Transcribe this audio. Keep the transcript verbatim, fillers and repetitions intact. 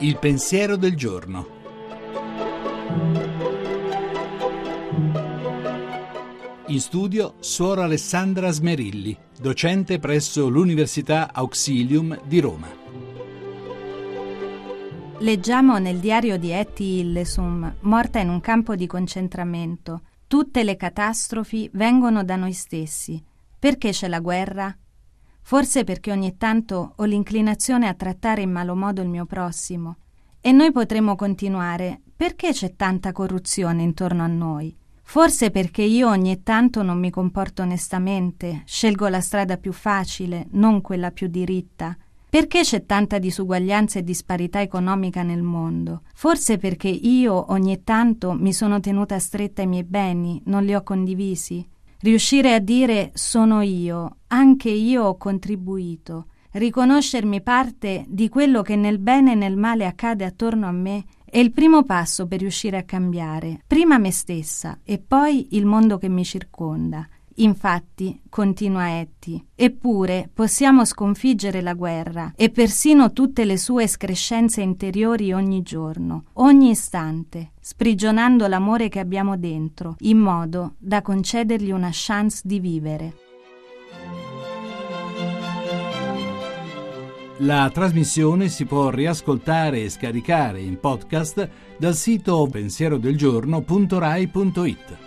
Il pensiero del giorno. In studio Suor Alessandra Smerilli, docente presso l'Università Auxilium di Roma. Leggiamo nel diario di Etty Hillesum, morta in un campo di concentramento: tutte le catastrofi vengono da noi stessi. Perché c'è la guerra? Forse perché ogni tanto ho l'inclinazione a trattare in malo modo il mio prossimo. E noi potremmo continuare: perché c'è tanta corruzione intorno a noi? Forse perché io ogni tanto non mi comporto onestamente, scelgo la strada più facile, non quella più diritta. Perché c'è tanta disuguaglianza e disparità economica nel mondo? Forse perché io ogni tanto mi sono tenuta stretta ai miei beni, non li ho condivisi. Riuscire a dire sono io, anche io ho contribuito, riconoscermi parte di quello che nel bene e nel male accade attorno a me è il primo passo per riuscire a cambiare, prima me stessa e poi il mondo che mi circonda. Infatti, continua Etty, eppure possiamo sconfiggere la guerra e persino tutte le sue escrescenze interiori ogni giorno, ogni istante, sprigionando l'amore che abbiamo dentro, in modo da concedergli una chance di vivere. La trasmissione si può riascoltare e scaricare in podcast dal sito pensierodelgiorno punto rai punto it.